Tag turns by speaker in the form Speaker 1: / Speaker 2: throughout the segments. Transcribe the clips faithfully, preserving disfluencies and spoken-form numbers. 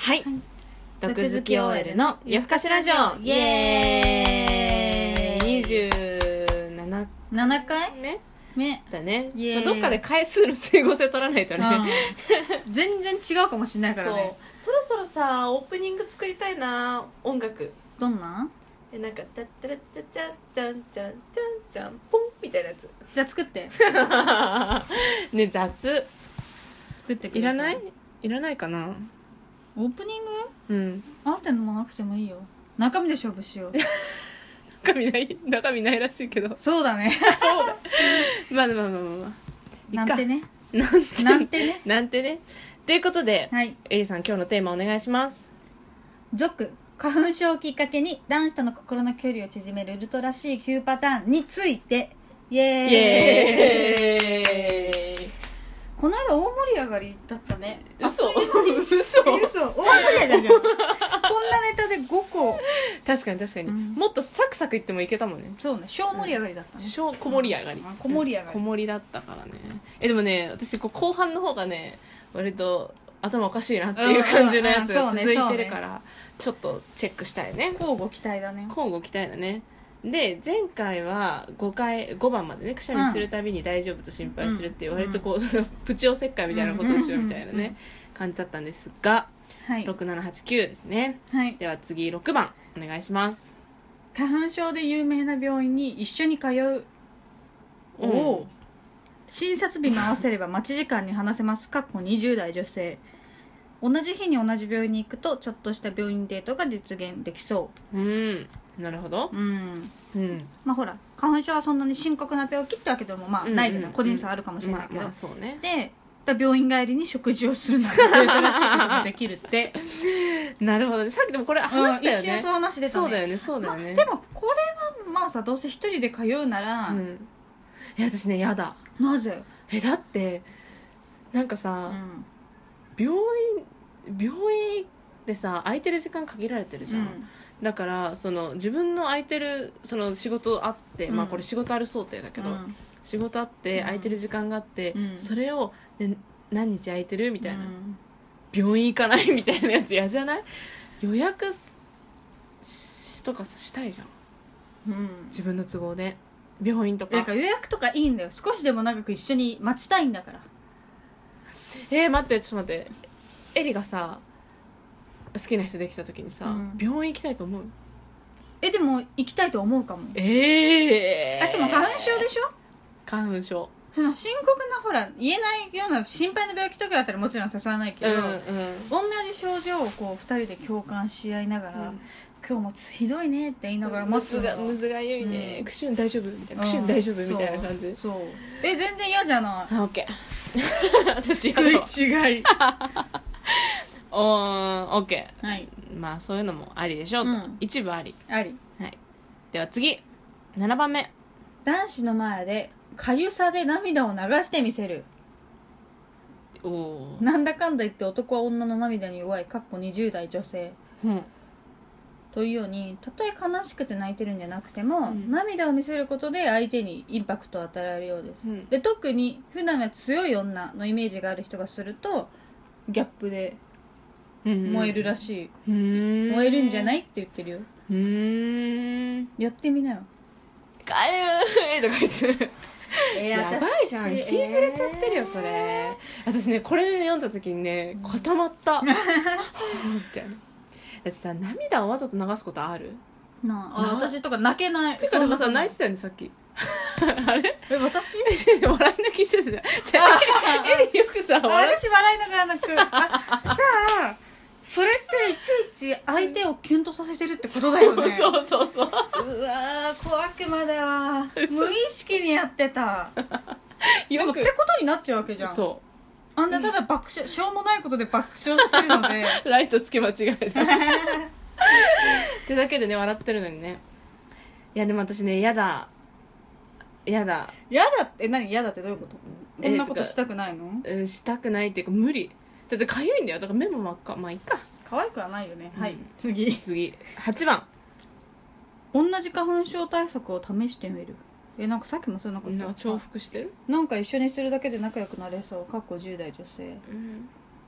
Speaker 1: はい、毒好き オーエル の夜更かしラジオイエーイにじゅうななかいめ
Speaker 2: 目
Speaker 1: だね、まあ、どっかで回数の整合性取らないとね、
Speaker 2: うん、全然違うかもしれないからね。
Speaker 1: そう、そろそろさオープニング作りたいな。音楽
Speaker 2: どんな
Speaker 1: えなんかタッタラッチャチャチャンチャンチャンチャンポンみたいなやつ
Speaker 2: じゃあ作って
Speaker 1: ね。雑
Speaker 2: 作ってください。
Speaker 1: いらないいらないかな。
Speaker 2: オープニング
Speaker 1: うん
Speaker 2: あってのもなくてもいいよ。中身で勝負しよう
Speaker 1: 中身ない中身ないらしいけど。
Speaker 2: そうだね
Speaker 1: そうだまあまあまあまあまあ
Speaker 2: なんてね
Speaker 1: なんて
Speaker 2: なんてね
Speaker 1: なんてねということで、
Speaker 2: はい、
Speaker 1: エリさん今日のテーマお願いします。
Speaker 2: 続花粉症をきっかけに男子との心の距離を縮めるウルトラ シーきゅう パターンについてイエーイ
Speaker 1: イエーイ。
Speaker 2: この間大盛り上がりだったね。
Speaker 1: 嘘
Speaker 2: 嘘
Speaker 1: 嘘
Speaker 2: 嘘大盛り上がりじゃんこんなネタでごこ。
Speaker 1: 確かに確かに、うん、もっとサクサクいってもいけたもんね。
Speaker 2: そうね、小盛り上がりだったね。
Speaker 1: 小小盛り上がり、
Speaker 2: 小盛り上がり
Speaker 1: 小盛りだったからね。えでもね、私こう後半の方がね割と頭おかしいなっていう感じのやつが続いてるから、うんうんねね、ちょっとチェックしたいね。
Speaker 2: 交互期待だね。
Speaker 1: 交互期待だね。で前回はごかいごばんまでねくしゃみするたびに大丈夫と心配するっていう、割とこう、うん、プチおせっかいみたいなことをしようみたいなね、うん、感じだったんですが、はい、ろくななはちきゅうですね、はい、では次ろくばんお願いします。
Speaker 2: 花粉症で有名な病院に一緒に通う、うん、お診察日も合わせれば待ち時間に話せますかっこにじゅう代女性。同じ日に同じ病院に行くとちょっとした病院デートが実現できそう。
Speaker 1: うんなるほど。うん
Speaker 2: うん、まあほら花粉症はそんなに深刻な病気ってわけでもまあないじゃない、うんうん、個人差あるかもしれないけど、まあまあそうね、で病院帰りに食事をするなんて珍しいこともできるって
Speaker 1: なるほどね。さっきでもこれ話したよね、
Speaker 2: うん、一瞬その話出たね。
Speaker 1: そうだよねそうだよね、
Speaker 2: まあ、でもこれはまあさどうせ一人で通うなら、うん、
Speaker 1: いや私ねやだ。
Speaker 2: なぜ
Speaker 1: えだってなんかさ、うん、病院病院ってさ空いてる時間限られてるじゃん、うん、だからその自分の空いてるその仕事あって、うん、まあこれ仕事ある想定だけど、うん、仕事あって空いてる時間があって、うん、それを、ね、何日空いてるみたいな、うん、病院行かないみたいなやつ嫌じゃない？予約とかしたいじゃん、うん、自分の都合で病院とか。
Speaker 2: なんか予約とかいいんだよ。少しでも長く一緒に待ちたいんだから。
Speaker 1: えー、待ってちょっと待って、エリがさ好きな人できた時にさ、うん、病院行きたいと思う？
Speaker 2: えでも行きたいと思うかも。
Speaker 1: ええー、
Speaker 2: あしかも花粉症でしょ。
Speaker 1: 花粉症
Speaker 2: その深刻なほら言えないような心配な病気とかだったらもちろん誘わないけど、うんうん、同じ症状をこうふたりで共感し合いながら、うん、今日もひどいねって言いながら待つのが
Speaker 1: むずがゆいね、うん、クシュン大丈夫みたいな、クシュン大丈夫みたいな感じ。
Speaker 2: そうそうえ全然嫌じゃない。
Speaker 1: あオッケー私
Speaker 2: 食い違い
Speaker 1: おーオッケー、
Speaker 2: はい、
Speaker 1: まあそういうのもありでしょうと、うん、一部あり
Speaker 2: あり、
Speaker 1: はい、では次ななばんめ。
Speaker 2: 男子の前でかゆさで涙を流してみせる。おなんだかんだ言って男は女の涙に弱いかっこにじゅう代女性、うん、というようにたとえ悲しくて泣いてるんじゃなくても、うん、涙を見せることで相手にインパクトを与えられるようです、うん、で特に普段は強い女のイメージがある人がするとギャップで燃えるらしい、うん、燃えるんじゃないって言ってるよ。うーんやってみなよ。
Speaker 1: かゆーとか言ってるえー、やばいじゃん、気触れちゃってるよそれ、えー、私ねこれ読んだ時にね固まったみたいな。だってさ涙をわざと流すことある？
Speaker 2: なあ私とか泣けない。
Speaker 1: てかでもさ泣いてたよねさっきあれ
Speaker 2: え私
Speaker 1: 笑い泣きしてたじゃん。じゃあエリよくさ
Speaker 2: 私笑いながら泣くあじゃあそれっていちいち相手をキュンとさせてるってことだよね。
Speaker 1: そうそうそう。
Speaker 2: うわー小悪魔だわ。無意識にやってた。でもってことになっちゃうわけじゃん。そう。あんなただ爆笑しょうもないことで爆笑してるので
Speaker 1: ライトつけ間違えたってだけでね笑ってるのにね。いやでも私ねやだやだ
Speaker 2: やだって何嫌だってどういうこと？こんなことしたくないの？
Speaker 1: うん、したくないっていうか無理だってかゆいんだよ。だから目も真っ赤。まあいいか。
Speaker 2: 可愛くはないよね、うん、はい
Speaker 1: 次次はちばん。
Speaker 2: 同じ花粉症対策を試してみる。えなんかさっきもそういうのこと
Speaker 1: 重複してる。
Speaker 2: なんか一緒にするだけで仲良くなれそうかっこじゅう代女性、うん、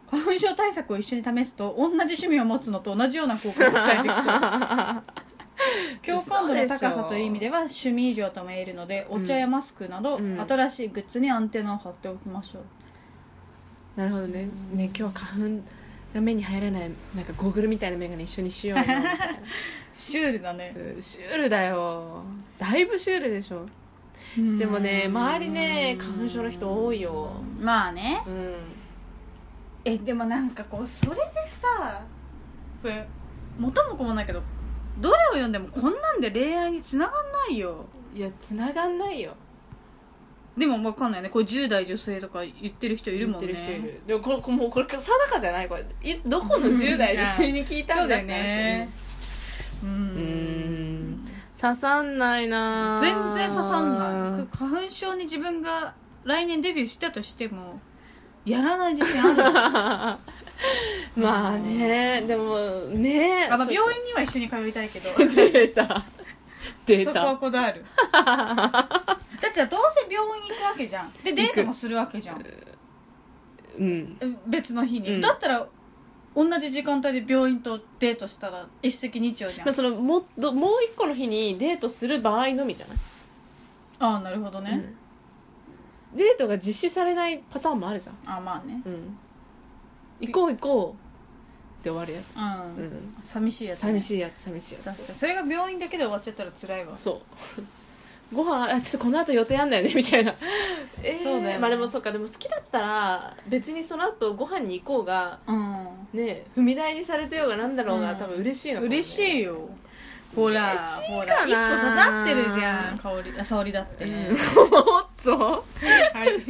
Speaker 2: 花粉症対策を一緒に試すと同じ趣味を持つのと同じような効果が期待できそう共感度の高さという意味では趣味以上とも言えるので、お茶やマスクなど、うん、新しいグッズにアンテナを張っておきましょう。
Speaker 1: なるほどね。ね、今日は花粉が目に入らないなんかゴーグルみたいなメガネ一緒にしようよみたいな
Speaker 2: シュールだね、
Speaker 1: うん、シュールだよ。だいぶシュールでしょ。でもね、周りね花粉症の人多いよ。
Speaker 2: まあね、
Speaker 1: うん、
Speaker 2: えでもなんかこうそれでさ、これ元も子もないけどどれを読んでもこんなんで恋愛に繋がんないよ。
Speaker 1: いや繋がんないよ。
Speaker 2: でも分かんないね、これじゅう代女性とか言ってる人いるもんね。
Speaker 1: 言ってる人いる。でもこれもうこれ定かじゃないこれどこのじゅう代女性に聞いたんだって話。そうだよね。うーん刺さんないな。
Speaker 2: 全然刺さんない。花粉症に自分が来年デビューしたとしてもやらない自信あ
Speaker 1: るまあね、でもね、
Speaker 2: あ、まあ、病院には一緒に通いたいけど
Speaker 1: 出た出た、
Speaker 2: そこはこだわるだってどうせ病院行くわけじゃん。でデートもするわけじゃん、
Speaker 1: うん、
Speaker 2: 別の日に、うん、だったら同じ時間帯で病院とデートしたら一石二鳥じゃん。
Speaker 1: そのもどもう一個の日にデートする場合のみじゃない。
Speaker 2: ああなるほどね、
Speaker 1: うん、デートが実施されないパターンもあるじゃん。
Speaker 2: あまあね、
Speaker 1: うん、行こう行こうで終わるやつ、
Speaker 2: うんうん、寂しいやつ、ね、
Speaker 1: 寂しいやつ寂しいやつ。
Speaker 2: 確かにそれが病院だけで終わっちゃったら辛いわ。
Speaker 1: そうご飯あちょっとこの後予定あんだよねみたいなえー、
Speaker 2: そうだよね。
Speaker 1: まあでもそうか、でも好きだったら別にその後ご飯に行こうが、
Speaker 2: うん、
Speaker 1: ね踏み台にされてようがなんだろうが、うん、多分嬉しいのかも、ね、
Speaker 2: 嬉しいよ。ほらほら一個刺さってるじゃん香りあ沙織だって、うん、
Speaker 1: おっとはい、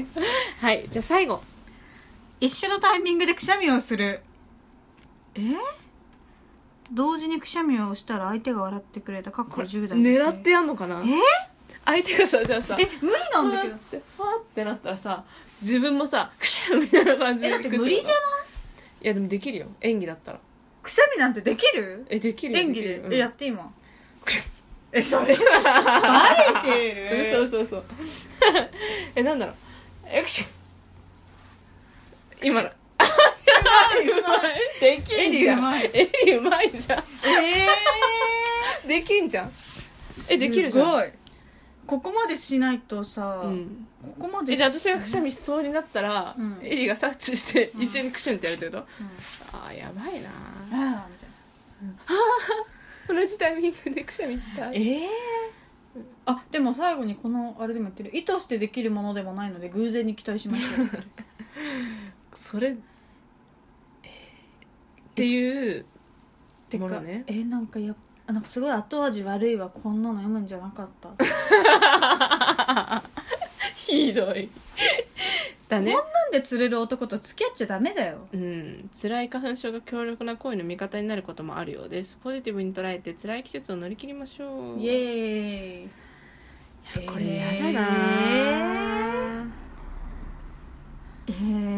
Speaker 1: はい、じゃあ最後、
Speaker 2: 一緒のタイミングでくしゃみをする。え同時にくしゃみをしたら相手が笑ってくれた。かっこじゅう代
Speaker 1: 狙ってやんのかな。
Speaker 2: え
Speaker 1: 相手がさじゃあさ
Speaker 2: え無理なんだけど
Speaker 1: ってファーってなったらさ自分もさくしゃみみたいな感じで。
Speaker 2: えだって無理じゃない。
Speaker 1: いやでもできるよ演技だったら。
Speaker 2: くしゃみなんてできる。
Speaker 1: えできるよ
Speaker 2: 演技で、
Speaker 1: うん、
Speaker 2: えやって今えそれバレてる
Speaker 1: そうそうそうえなんだろうえくしゃ今のできんじゃん。エリうまいじゃん。
Speaker 2: え
Speaker 1: ー、できんじゃん。えできるじゃん。すごい。
Speaker 2: ここまでしないとさ、うん、ここまで
Speaker 1: えじゃあ私がくしゃみしそうになったら、うん、エリが察知して一緒にくしゅんってやるってこと、うん、ああやばいなああみたいな、うん、はあ同じタイミングでくしゃみした
Speaker 2: ええー、あでも最後にこのあれでも言ってる意図してできるものでもないので偶然に期待しましょう
Speaker 1: それ、えー、っていうものね。
Speaker 2: えなんかやなんかすごい後味悪いわ。こんなの読むんじゃなかった
Speaker 1: ひどいだね。
Speaker 2: こんなんで釣れる男と付き合っちゃダメだよ。
Speaker 1: うん辛い花粉症が強力な恋の味方になることもあるようです。ポジティブに捉えて辛い季節を乗り切りましょう。
Speaker 2: イエーイ。い
Speaker 1: やこれやだな
Speaker 2: えー、えー、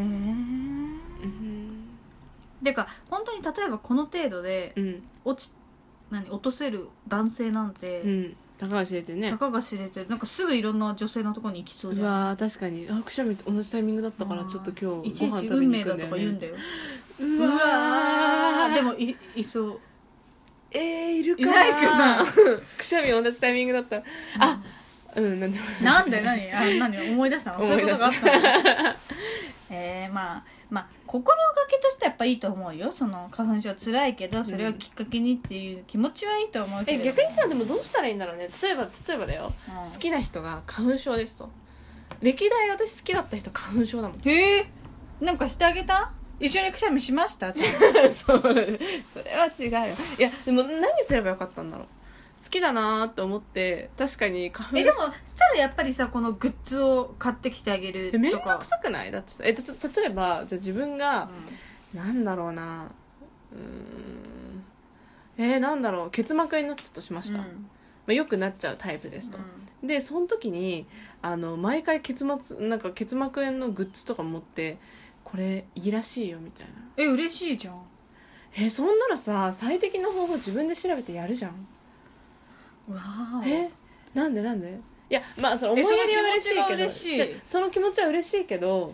Speaker 2: うんてか本当に例えばこの程度で落ち、うん、何落とせる男性なんて、
Speaker 1: うん、たかが知れてるね。
Speaker 2: たかが知れてる。なんかすぐいろんな女性のところに行きそうじゃん。
Speaker 1: うわ確かにあくしゃみ同じタイミングだったからちょっと今日
Speaker 2: いちいち運命だとか言うんだよ。
Speaker 1: うわ
Speaker 2: でも い, いそう
Speaker 1: えー、いるか
Speaker 2: な。いないかな
Speaker 1: くしゃみ同じタイミングだったら、うん、あうんなんでも
Speaker 2: なんで何あ何思い出したの。そういうことがあったのえー、まあまあ心がけとしてやっぱいいと思うよ。その花粉症辛いけどそれをきっかけにっていう気持ちはいいと思うけど、
Speaker 1: え逆にさでもどうしたらいいんだろうね。例えば例えばだよ、うん、好きな人が花粉症ですと。歴代私好きだった人花粉症だもん。
Speaker 2: へえなんかしてあげた。一緒にくしゃみしました
Speaker 1: そうそれは違うよ。いやでも何すればよかったんだろう。好きだなって思って確かに花粉
Speaker 2: えでもしたらやっぱりさこのグッズを買ってきてあげるとか。
Speaker 1: めんどくさくない？だってさえた例えばじゃあ自分が、うん、なんだろうなうーんえー、なんだろう結膜になってたとしました、うんまあ、よくなっちゃうタイプですと、うん、でその時にあの毎回結膜なんか結膜炎のグッズとか持ってこれいいらしいよみたいな。
Speaker 2: え嬉しいじゃん。
Speaker 1: えそんなのさ最適な方法自分で調べてやるじゃん。
Speaker 2: わ
Speaker 1: えなんでなんでいやまあその思いやりは嬉しいけど
Speaker 2: その気持ちは嬉しい。
Speaker 1: その気持ちは嬉しいけど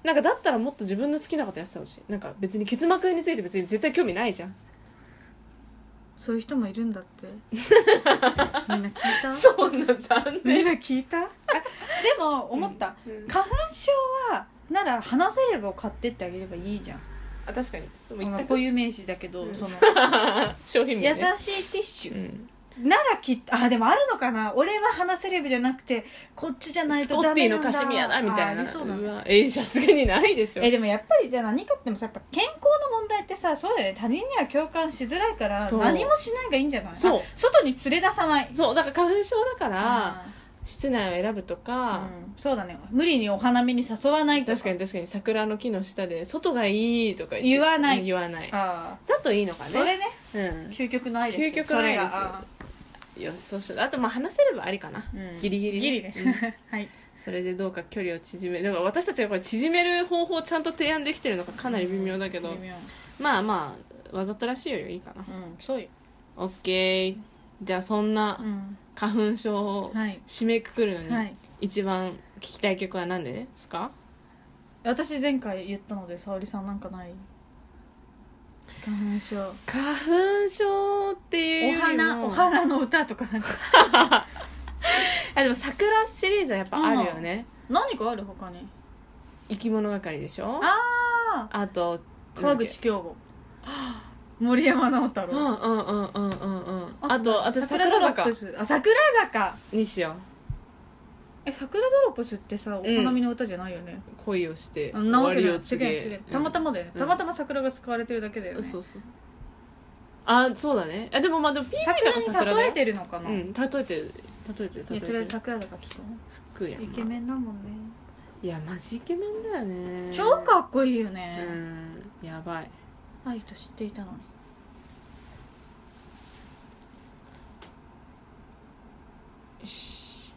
Speaker 1: なんかだったらもっと自分の好きなことやっててほしい。なんか別に結膜について別に絶対興味ないじゃん。
Speaker 2: そういう人もいるんだってみんな聞いた
Speaker 1: そんな残念。
Speaker 2: みんな聞いたあでも思った、うんうん、花粉症はなら話せれば買ってってあげればいいじゃん。
Speaker 1: あ確かにそう言った
Speaker 2: 固有名詞だけど、うん、その
Speaker 1: 商品名、
Speaker 2: ね、優しいティッシュ、うんならきっとあでもあるのかな。俺は話せればじゃなくてこっちじゃないとダメなんだ。
Speaker 1: スコッティのカシミヤだみたいな。
Speaker 2: そうなの。
Speaker 1: えさすがにないでしょ。
Speaker 2: えでもやっぱりじゃあ何かってもさやっぱ健康の問題ってさそうだよね。他人には共感しづらいから何もしないがいいんじゃない。そう外に連れ出さない。
Speaker 1: そうだから花粉症だから、うん、室内を選ぶとか、
Speaker 2: うん、そうだね。無理にお花見に誘わないとか。
Speaker 1: 確かに確かに桜の木の下で外がいいとか
Speaker 2: 言わない
Speaker 1: 言わない。
Speaker 2: あ
Speaker 1: だといいのかね。
Speaker 2: それね、
Speaker 1: うん、
Speaker 2: 究極の愛ですよ。
Speaker 1: 究極の愛ですよ。よしそうしよう。あとまあ話せればありかな、うん、ギリギリ、ね、
Speaker 2: ギリね、うん、はい
Speaker 1: それでどうか距離を縮めだから私たちがこれ縮める方法をちゃんと提案できてるのかかなり微妙だけど、うん、まあまあわざとらしいよりはいいかな。
Speaker 2: うんそうよ。
Speaker 1: オッケー。じゃあそんな花粉症を締めくくるのに、はい、一番聞きたい曲は何ですか？
Speaker 2: 私前回言ったので沙織さんなんかない？花粉症
Speaker 1: 花粉症っていうよりも
Speaker 2: お花お花の歌とかなんか
Speaker 1: あでも桜シリーズはやっぱあるよね、
Speaker 2: うん、何かある他に？
Speaker 1: 生き物係でしょ。
Speaker 2: あ
Speaker 1: あと
Speaker 2: 川口京吾森山直太朗
Speaker 1: うんうんうんうんうんうんあとあと
Speaker 2: 桜ドロップスあ桜坂
Speaker 1: にしよう。
Speaker 2: え桜ドロップスってさお花見の歌じゃないよね、
Speaker 1: うん、恋をして
Speaker 2: 終わりを告げたまたまだよね、うん、たまたま桜が使われてるだけだよね、うん、
Speaker 1: そうそうあそうだね。あでもまあでも ピーブイ とか桜
Speaker 2: に例えてるのかな。
Speaker 1: うん例えてる例えてる例えてる。
Speaker 2: とりあえず桜坂来た
Speaker 1: 福山
Speaker 2: イケメンだもんね。
Speaker 1: いやマジイケメンだよね。
Speaker 2: 超かっこいいよね。
Speaker 1: うんやばい。
Speaker 2: 愛と知っていたのに。
Speaker 1: よし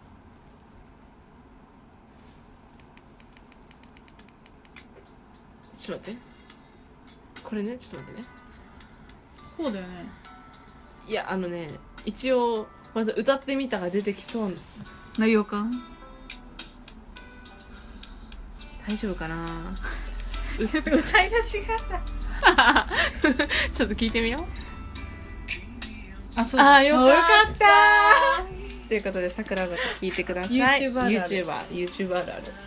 Speaker 1: ちょっと待ってこれねちょっと待ってね。
Speaker 2: こうだよね。
Speaker 1: いやあのね一応まだ歌ってみたが出てきそうな
Speaker 2: 内容か
Speaker 1: 大丈夫かな
Speaker 2: ちょっと歌い出しがさ
Speaker 1: ちょっと聞いてみよう。
Speaker 2: あそうあよかった
Speaker 1: ということで桜坂聞いてください。 YouTuber あるある